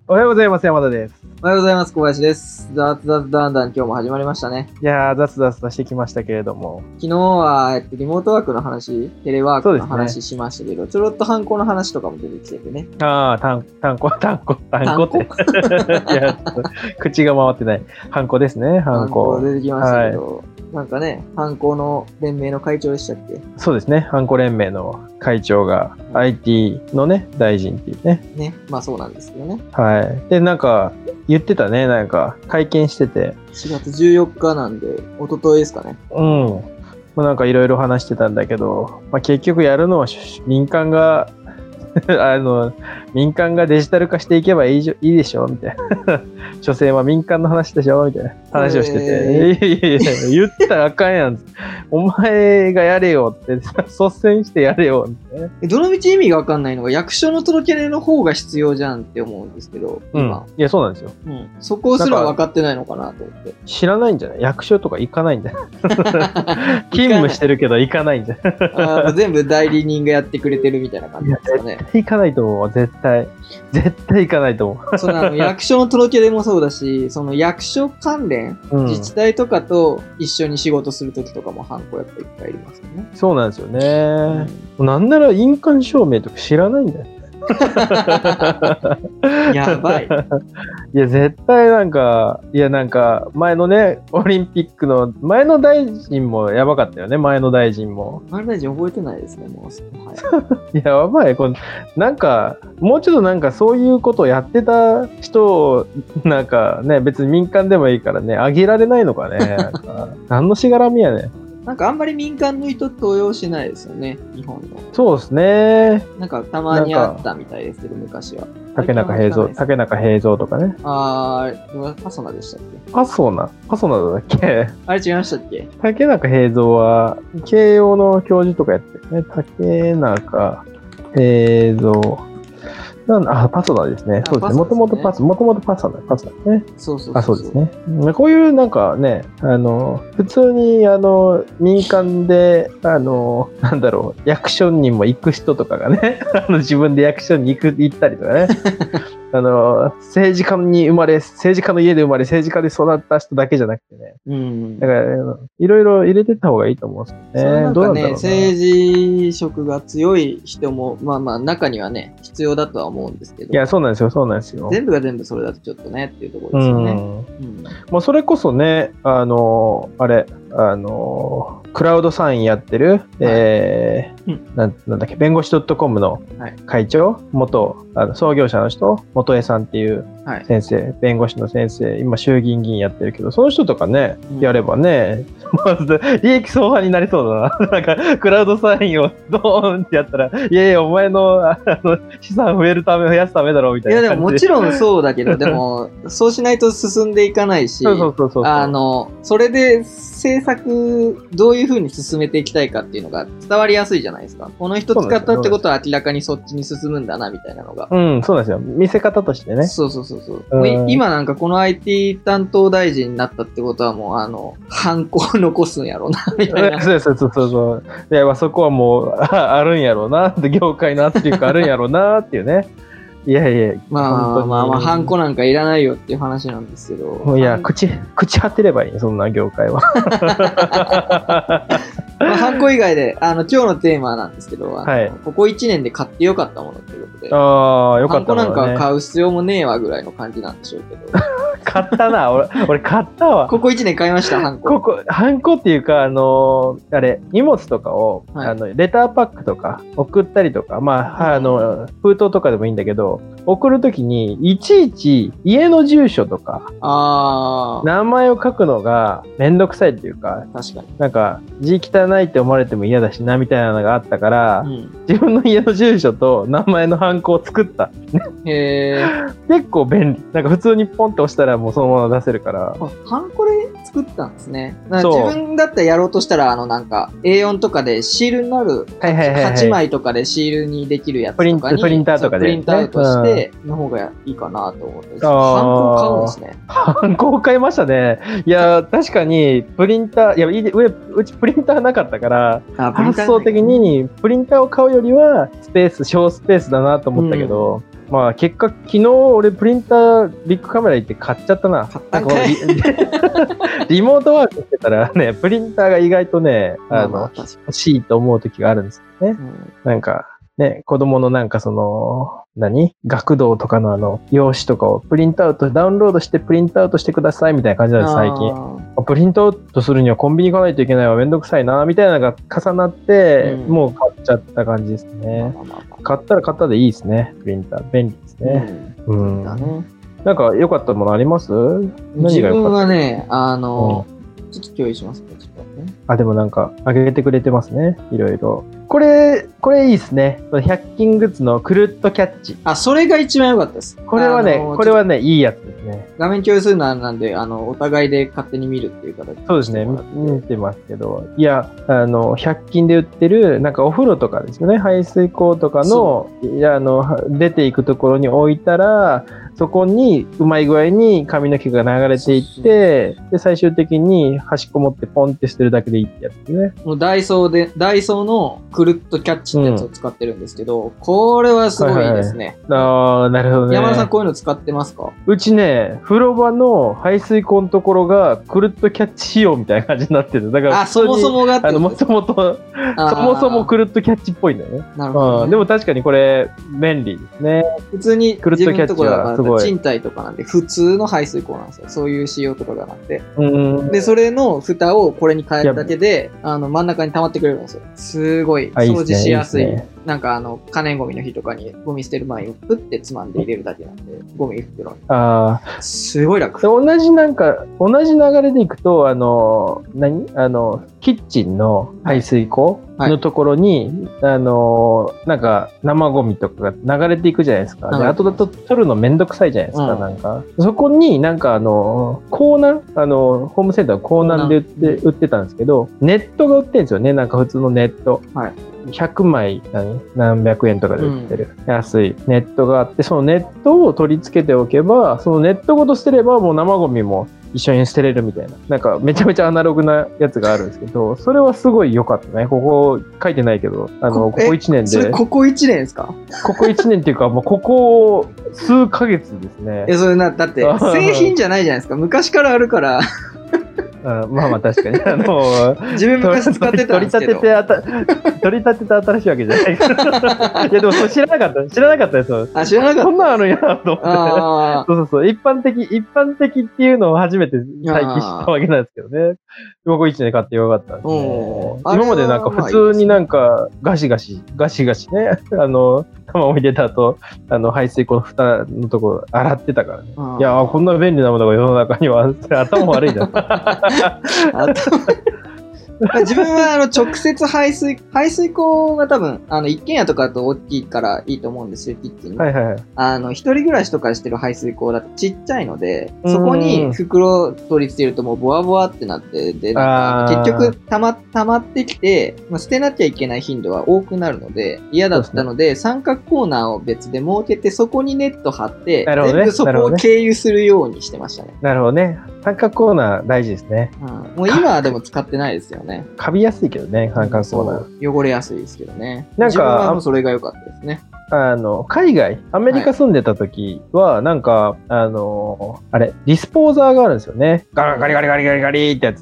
おはようございます。山田です。 おはようございます。小林です。雑談だんだん今日も始まりましたね。 いやー、雑としてきましたけれども。 昨日は、リモートワークの話、テレワークの話しましたけど、ちょろっとハンコの話とかも出てきててね。 ああ、単語って。いや、口が回ってない。ハンコですね、ハンコ。 出てきましたけど、なんかね、ハンコの連盟の会長でしたっけ？ そうですね、ハンコ連盟の会長が IT のね、大臣っていうね。 ね、まあそうなんですけどね。 はい。で、なんか、言ってたね、なんか、会見してて。 4月14日なんで、一昨日ですかね。 うん。まあ、なんかいろいろ話してたんだけど、まあ、結局やるのは民間が、民間がデジタル化していけばいいでしょみたいな。所詮は民間の話でしょみたいな話をしてて、言ったらあかんやん。お前がやれよって率先してやれよって。 どの道意味が分かんないのが役所の届け出の方が必要じゃんって思うんですけど、今。 いや、そうなんですよ。 そこすら分かってないのかなと思って。 知らないんじゃない？役所とか行かないんじゃない？勤務してるけど行かないんじゃない？ 全部代理人がやってくれてるみたいな感じですかね。 絶対行かないと思う。絶対行かないと思う。 その役所の届け出もそうだし、その役所関連、自治体とかと一緒に仕事するときとかもハンコやっぱいっぱいいりますよね。 そうなんですよね。なんなら印鑑証明とか知らないんだよ。 やばい。 いや絶対なんか前のねオリンピックの前の大臣もやばかったよね。前の大臣覚えてないですね。もう、 いややばい。なんかもうちょっとなんかそういうことをやってた人をなんかね別に民間でもいいからねあげられないのかね。何のしがらみやね。 なんかあんまり民間の人登用しないですよね、日本の。 そうですね。 なんかたまにあったみたいですけど、昔は。 竹中平蔵とかね。 パソナでしたっけ？ パソナだっけ？ あれ違いましたっけ？ 竹中平蔵は慶応の教授とかやってるね。竹中平蔵。パソナですね。そうですね。もともとパソナね。 そうですね。こういうなんかね、普通に民間で役所にも行く人とかがね、自分で役所に行ったりとかね。政治家の家で生まれ政治家で育った人だけじゃなくてね。だからいろいろ入れてった方がいいと思うんですけどね。 なんかね、政治色が強い人もまあ中にはね必要だとは思うんですけど。 いやそうなんですよ。 全部が全部それだとちょっとねっていうところですよね。 もうそれこそねクラウドサインやってる、なんだっけ、弁護士 .com の会長、元創業者の人、元江さんっていう先生、弁護士の先生、今衆議院議員やってるけど、その人とかね、やればね、まず利益相反になりそうだな。なんか、クラウドサインをドーンってやったら、いやいや、お前の資産増やすためだろうみたいな。 いや、でももちろんそうだけど、でも、そうしないと進んでいかないし、それで政策、どういう風に進めていきたいかっていうのが伝わりやすいじゃないですか。この人使ったってことは明らかにそっちに進むんだなみたいなのが。 そうなんですよ。見せ方としてね。 そう。今なんかこの IT 担当大臣になったってことはもうハンコを残すんやろうなみたいな。 そう。いやそこはもうあるんやろうなって業界の圧力あるんやろうなっていうね。いやまあハンコなんかいらないよっていう話なんですけど。 いや口張ってればいいそんな業界は。 ハンコ以外で今日のテーマなんですけど、ここ1年で買ってよかったものっていうことで、 よかったものね。 ハンコなんか買う必要もねえわぐらいの感じなんでしょうけど。 買ったな俺買ったわ。 ここ1年買いましたハンコ。 ハンコっていうか荷物とかを、レターパックとか送ったりとか封筒とかでもいいんだけど送るときにいちいち家の住所とか名前を書くのがめんどくさいっていうか、 確かになんか字汚いって思われても嫌だしなみたいなのがあったから、自分の家の住所と名前のハンコを作った。結構便利。なんか普通にポンって押したらもうそのまま出せるから。 ハンコで作ったんですね。自分だったらやろうとしたらなんか A4 とかでシールになる8枚とかでシールにできるやつとかにプリンターとかで、 プリントアウトしての方がいいかなと思って、ハンコ買うんですね。 ハンコを買いましたね。いや確かにプリンターうちプリンターなかったから発想的にプリンターを買うよりは小スペースだなと思ったけど、 まあ結果、昨日俺プリンタービッグカメラ行って買っちゃったな。 買ったんかい。 リモートワークしてたらね、プリンターが意外とね、欲しいと思う時があるんですよね。なんか、ね、子供のなんか学童とかの用紙とかをプリントアウト、ダウンロードしてプリントアウトしてくださいみたいな感じなんです、最近。プリントアウトするにはコンビニ行かないといけないわ、めんどくさいな、みたいなのが重なって、もう買っちゃった感じですね。買ったら買ったでいいですね、プリンター。便利ですね。なんか良かったものあります？ 自分はね、ちょっと共有しますね。 でもなんか、あげてくれてますね。いろいろ。これいいですね。100均グッズのくるっとキャッチ。 それが一番良かったです。 これはね、いいやつですね。 画面共有するのはなんで、お互いで勝手に見るっていう形で。 そうですね。見てますけど。いや、100均で売ってる、なんかお風呂とかですよね。排水口とかの、出ていくところに置いたら、そこにうまい具合に髪の毛が流れていって、で、最終的に端っこ持ってポンって捨てるだけでいいってやつですね。 もうダイソーのくるっとキャッチってやつを使ってるんですけど、これはすごいですね。 なるほどね。 山田さんこういうの使ってますか？ うちね、風呂場の排水口のところがくるっとキャッチ仕様みたいな感じになってる。だからそもそもがそもそもくるっとキャッチっぽいんだよね。 なるほど、ね。 でも確かにこれ便利ですね。 普通にくるっとキャッチはすごい。 賃貸とかなんで普通の排水口なんですよ。そういう仕様とかがなって。で、それの蓋をこれに変えるだけで、真ん中に溜まってくれるんですよ。すごい掃除しやすい。なんか可燃ゴミの日とかにゴミ捨てる前にプッてつまんで入れるだけなんで、ゴミ袋に。すごい楽。 同じ流れでいくと、キッチンの排水口のところに、なんか生ゴミとかが流れていくじゃないですか。で、後だと取るのめんどくさいじゃないですか、なんか。そこになんかコーナー、ホームセンターのコーナーで売ってたんですけど、ネットが売ってるんですよね、なんか普通のネット。100枚何百円とかで売ってる、安いネットがあって、そのネットを取り付けておけば、そのネットごと捨てればもう生ゴミも一緒に捨てれるみたいな、なんかめちゃめちゃアナログなやつがあるんですけど、それはすごい良かったね。ここ書いてないけど、ここ1年で。 それここ1年ですか？ ここ1年っていうか、もうここ数ヶ月ですね。 それだって製品じゃないじゃないですか。昔からあるから。 まあ確かに自分昔使ってたんですけど取り立てて新しいわけじゃないいやでも知らなかったですよ。 知らなかった。 そんなのやと思って。一般的っていうのを初めて最近知ったわけなんですけどね。ここ1年買ってよかったですね。今までなんか普通になんかガシガシね、玉を入れた後、排水口の蓋のところ洗ってたからね。いやこんな便利なものが世の中には頭悪いな。 自分は直接排水口が多分一軒家とかだと大きいからいいと思うんですよ、キッチンに。一人暮らしとかしてる排水口だとちっちゃいので、そこに袋取り付けるともうボワボワってなって、でなんか結局溜まってきて、捨てなきゃいけない頻度は多くなるので嫌だったので、三角コーナーを別で設けて、そこにネット張って、全部そこを経由するようにしてましたね。 なるほどね。三角コーナー大事ですね。 もう今はでも使ってないですよね。 カビやすいけどね、三角コーナー。汚れやすいですけどね。 なんか自分はそれが良かったですね。 海外、アメリカ住んでた時は、なんか、ディスポーザーがあるんですよね。ガリガリガリガリガリってやつ。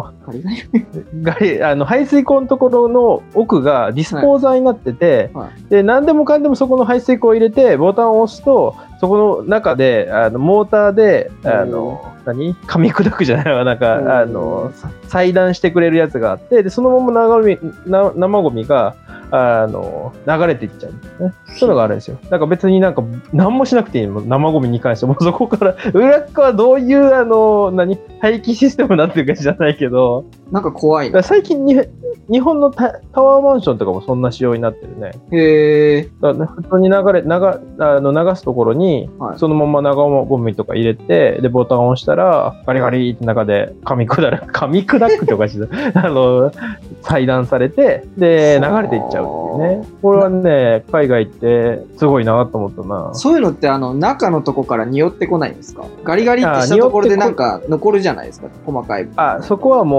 排水口のところの奥がディスポーザーになってて、で、何でもかんでもそこの排水口を入れて、ボタンを押すと、そこの中で、モーターで、噛み砕くじゃないわ、なんか、裁断してくれるやつがあって、で、そのまま生ゴミが、流れていっちゃうんですね。そういうのがあるんですよ。なんか別になんか何もしなくていいの、生ゴミに関しても。そこから裏側どういう廃棄システムになってるか知らないけど、 なんか怖いな。 最近日本のタワーマンションとかもそんな仕様になってるね。 へえ。 だから普通に流すところに、そのまま生ゴミとか入れて、でボタンを押したらガリガリって中で噛み砕くとかして裁断されて、で流れていっちゃうっていうね。これはね、海外ってすごいなと思ったな。 そういうのって中のとこから匂ってこないんですか？ガリガリってしたところでなんか残るじゃないですか、細かい。 そこはもう完全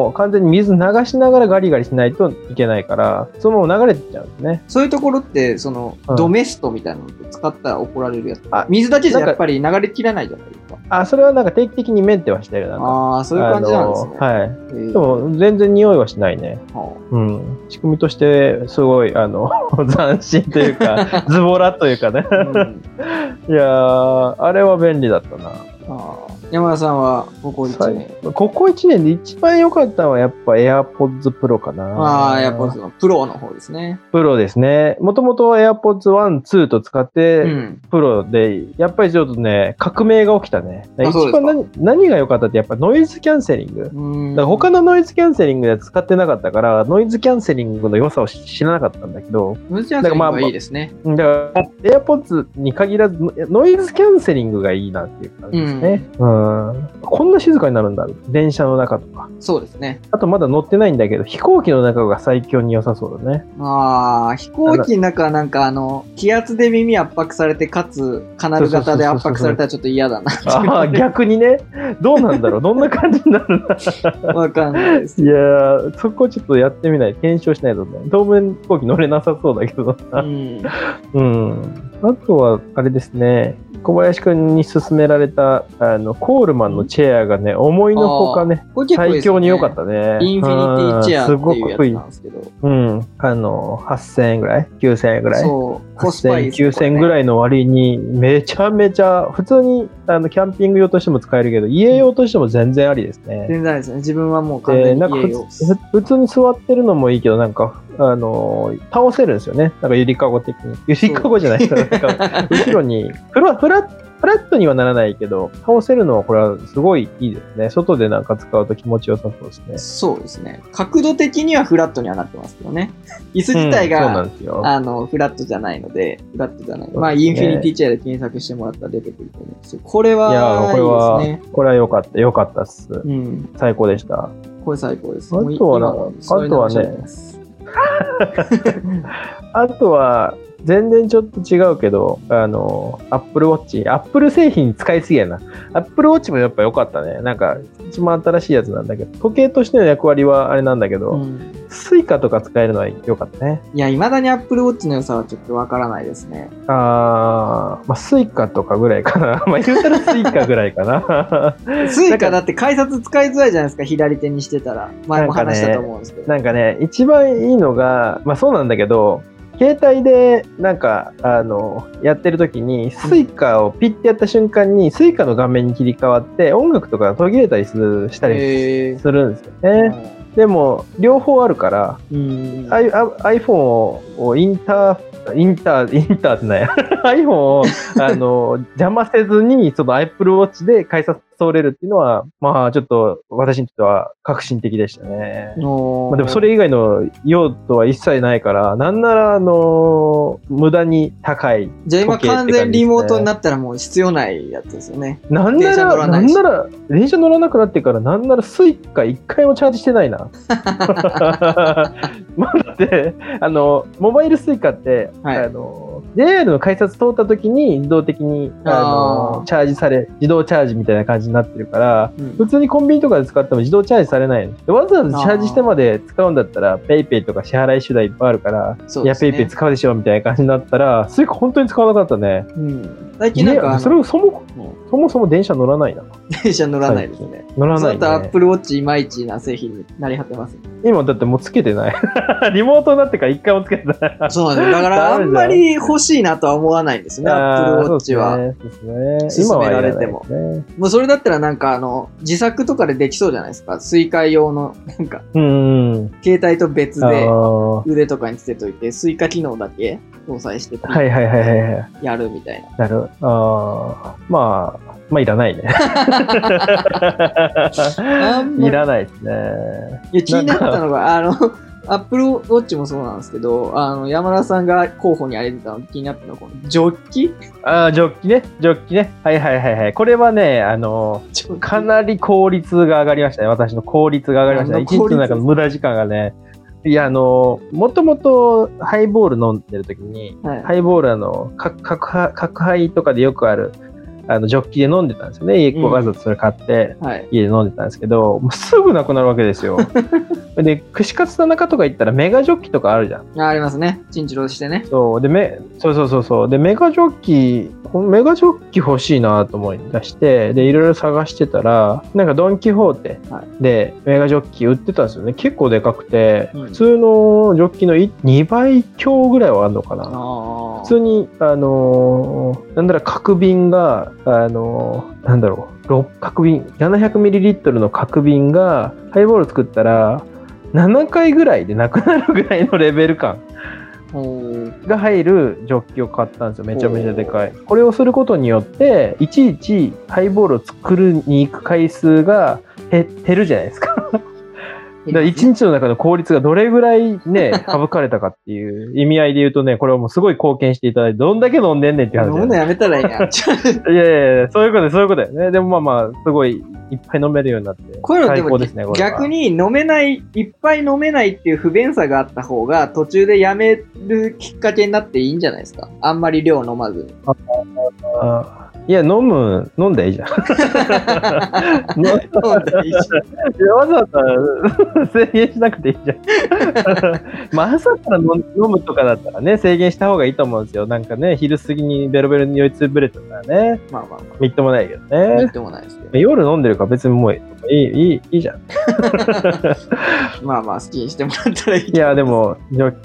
に水流しながらガリガリしないといけないから、そのまま流れてっちゃうんですね。 そういうところって、ドメストみたいなのって使ったら怒られるやつ。水だけじゃやっぱり流れきらないじゃないですか。 それはなんか定期的にメンテはしてる。 そういう感じなんですね。 はい。でも全然匂いはしないね。仕組みとしてすごい斬新というかズボラというかね。いやー、あれは便利だったな。 山田さんはここ1年。 ここ1年で一番良かったのはやっぱ AirPods Pro かな。 AirPods のプロの方ですね。 プロですね。もともと AirPods 1、2と使って、プロで、やっぱりちょっとね、革命が起きたね。一番何が良かったってやっぱノイズキャンセリング。だから他のノイズキャンセリングで使ってなかったから、ノイズキャンセリングの良さを知らなかったんだけど。 ノイズキャンセリングはいいですね。 だから AirPods に限らず、ノイズキャンセリングがいいなっていう感じですね。こんな静かになるんだ、電車の中とか。 そうですね。 あとまだ乗ってないんだけど、飛行機の中が最強に良さそうだね。 飛行機の中はなんか気圧で耳圧迫されて、かつカナル型で圧迫されたらちょっと嫌だな。 逆にね。どうなんだろう、どんな感じになるんだ。 わかんないです。 いやー、そこちょっとやってみない、検証しないとね。当分飛行機乗れなさそうだけど。あとは、あれですね。小林くんに勧められたコールマンのチェアがね、思いのほかね、最強に良かったね。 インフィニティチェアっていうやつなんですけど。 8000円ぐらい ?9000 円ぐらいそう。コスパいいですね。 9000円ぐらいの割に、めちゃめちゃ、普通にキャンピング用としても使えるけど、家用としても全然ありですね。 全然ありですね。自分はもう完全に家用。 普通に座ってるのもいいけど、なんか、倒せるんですよね。なんかゆりかご的に。ゆりかごじゃないですか。後ろに、フラットにはならないけど、倒せるのはこれはすごいいいですね。外でなんか使うと気持ちよさそうですね。 そうですね。角度的にはフラットにはなってますけどね。椅子自体が、そうなんですよ。フラットじゃないので、フラットじゃない。まあ、インフィニティチェアで検索してもらったら出てくると思うんですよ。これは、いいですね。 これは良かった。良かったっす。最高でした。 これ最高です。 あとはね、あとは、全然ちょっと違うけど、Apple Watch。Apple 製品使いすぎやな。Apple Watch もやっぱ良かったね。なんか、一番新しいやつなんだけど、時計としての役割はあれなんだけど、Suica とか使えるのは良かったね。 いや、未だに Apple Watch の良さはちょっとわからないですね。 Suica とかぐらいかな。まあ、言うたら Suica ぐらいかな。 Suica だって改札使いづらいじゃないですか、左手にしてたら。前も話したと思うんですけど。 なんかね、一番いいのが、まあそうなんだけど、携帯でなんかやってる時にスイカをピッてやった瞬間にスイカの画面に切り替わって音楽とか途切れたりしたりするんですよね。でも両方あるから iPhone をインターってないiPhone を邪魔せずにその Apple Watch で改札通れるっていうのはまあちょっと私にとっては革新的でしたね。でもそれ以外の用途は一切ないからなんなら無駄に高い。 じゃあ今完全リモートになったらもう必要ないやつですよね。 なんなら電車乗らなくなってからなんならスイカ1回もチャージしてないな。まあだってモバイルスイカって、JR の改札通った時に自動的にチャージされ自動チャージみたいな感じになってるから、普通にコンビニとかで使っても自動チャージされないのでわざわざチャージしてまで使うんだったらペイペイとか支払い手段いっぱいあるから、いやペイペイ使うでしょみたいな感じになったらスイカ本当に使わなかったね。 最近なんかそれをそもそも電車乗らないな。 電車乗らないですね。 乗らないね。 そうだったら Apple Watch いまいちな製品になり果てます、ね。 今だってもうつけてない。リモートになってから一回もつけてない。 そうなんですよ。だからあんまり欲しいなとは思わないんですね、Apple Watch は。そうですね。勧められても。もうそれだったらなんか自作とかでできそうじゃないですか。スイカ用のなんか、携帯と別で腕とかにつけといて、スイカ機能だけ搭載してやるみたいな。 まあいらないね。いらないですね。 いや気になったのがApple Watch もそうなんですけど、山田さんが候補に挙げてたの気になったのはこのジョッキ？ ジョッキね。はい。これはね、かなり効率が上がりましたね。私の効率が上がりましたね。一日の中の無駄時間がね。いや、もともとハイボール飲んでる時に、ハイボール角杯とかでよくある、 ジョッキで飲んでたんですよね。わざとそれ買って、家で飲んでたんですけど、もうすぐなくなるわけですよ。で、串カツ田中とか行ったらメガジョッキとかあるじゃん。 ありますね。チンチロしてね。 そう。で、そう。で、メガジョッキ欲しいなと思い出して、で、いろいろ探してたら、なんかドン・キホーテでメガジョッキ売ってたんですよね。結構でかくて、普通のジョッキの2倍強ぐらいはあるのかな。普通に、角瓶が、角瓶、700ml の角瓶が、ハイボール作ったら、7回ぐらいでなくなるぐらいのレベル感が入るジョッキを買ったんですよ。めちゃめちゃでかい。これをすることによっていちいちハイボールを作るに行く回数が減るじゃないですか。だから1日の中の効率がどれぐらいね、省かれたかっていう意味合いで言うとね、これはもうすごい貢献していただいて、どんだけ飲んでんねんって話。 飲むのやめたらいいや。 いや、そういうことだよね。でもすごいいっぱい飲めるようになって。 こういうのでも逆にいっぱい飲めないっていう不便さがあった方が、途中でやめるきっかけになっていいんじゃないですか。あんまり量飲まずに。 いや、飲んだらいいじゃん。飲んだらいいじゃん。わざわざ制限しなくていいじゃん。朝から飲むとかだったらね、制限した方がいいと思うんですよ。なんかね、昼過ぎにベロベロに酔いつぶれてたらね。みっともないけどね。 みっともないですけど。 夜飲んでるから別にもういいじゃん。 好きにしてもらったらいい。 いや、でも、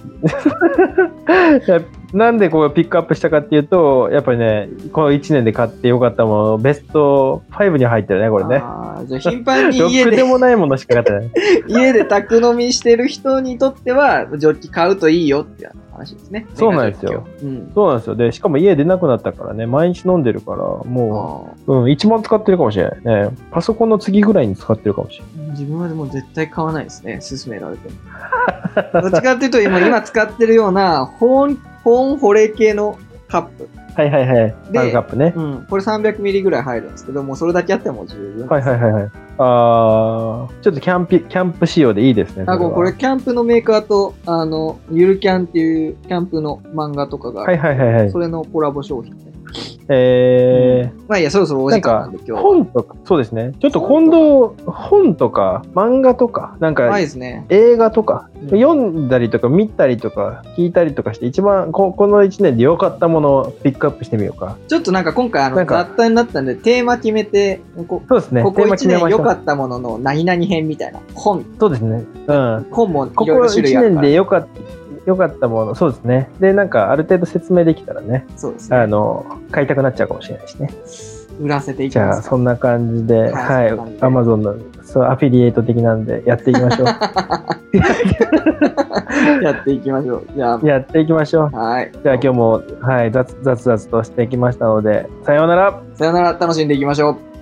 なんでこうピックアップしたかっていうと、やっぱりね、この1年で買ってよかったもの、ベスト5に入ってるね、これね。 じゃあ頻繁に家で。 ろくでもないものしか買ってない。 家で宅飲みしてる人にとっては、ジョッキ買うといいよって話ですね。 そうなんですよ。そうなんですよ。で、しかも家出なくなったからね、毎日飲んでるから、もう、一番使ってるかもしれないね。パソコンの次ぐらいに使ってるかもしれない。 自分はでも絶対買わないですね、勧められても。どっちかっていうと、今使ってるような、保温保冷系のカップ。 はい。マグカップね。 これ300ミリぐらい入るんですけど、もうそれだけあっても十分。 はい。ちょっとキャンプ仕様でいいですね。 これキャンプのメーカーと、ゆるキャンっていうキャンプの漫画とかがある。はい。それのコラボ商品。そろそろお時間なんで今日本とか、そうですね。ちょっと今度、本とか漫画とか、なんか映画とか、読んだりとか見たりとか聞いたりとかして、一番この1年で良かったものをピックアップしてみようか。 ちょっと今回雑談になったんで、テーマ決めて、 そうですね。 ここ1年良かったものの何々編みたいな本。 そうですね。 本もいろいろ種類あるから。ここ1年で良かったもの、そうですね。で、ある程度説明できたらね、 そうですね。 買いたくなっちゃうかもしれないしね。 売らせていきます。 じゃあ、そんな感じで、Amazon のアフィリエイト的なんで、やっていきましょう。 やっていきましょう。 やっていきましょう。 はい。 じゃあ、今日も、雑々としてきましたので、さようなら。 さようなら、楽しんでいきましょう。